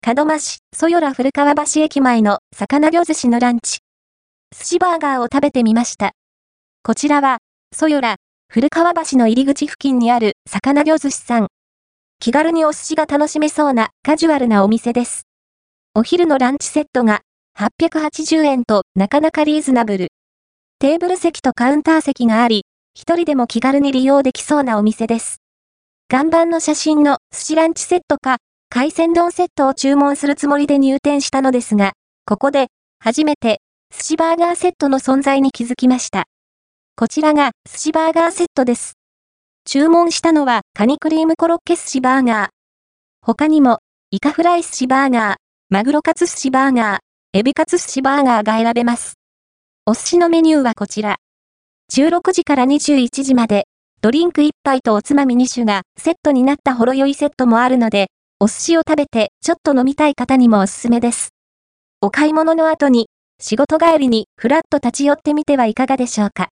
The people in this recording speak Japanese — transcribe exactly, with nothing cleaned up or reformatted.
門真市、そよら古川橋駅前の魚魚寿司のランチ。寿司バーガーを食べてみました。こちらは、そよら古川橋の入り口付近にある魚魚寿司さん。気軽にお寿司が楽しめそうなカジュアルなお店です。お昼のランチセットがはっぴゃくはちじゅうえんとなかなかリーズナブル。テーブル席とカウンター席があり、一人でも気軽に利用できそうなお店です。看板の写真の寿司ランチセットか海鮮丼セットを注文するつもりで入店したのですが、ここで初めて寿司バーガーセットの存在に気づきました。こちらが寿司バーガーセットです。注文したのはカニクリームコロッケ寿司バーガー。他にもイカフライ寿司バーガー、マグロカツ寿司バーガー、エビカツ寿司バーガーが選べます。お寿司のメニューはこちら。じゅうろくじからにじゅういちじまで、ドリンクいっぱいとおつまみに種がセットになったほろ酔いセットもあるので、お寿司を食べてちょっと飲みたい方にもおすすめです。お買い物の後に、仕事帰りにふらっと立ち寄ってみてはいかがでしょうか。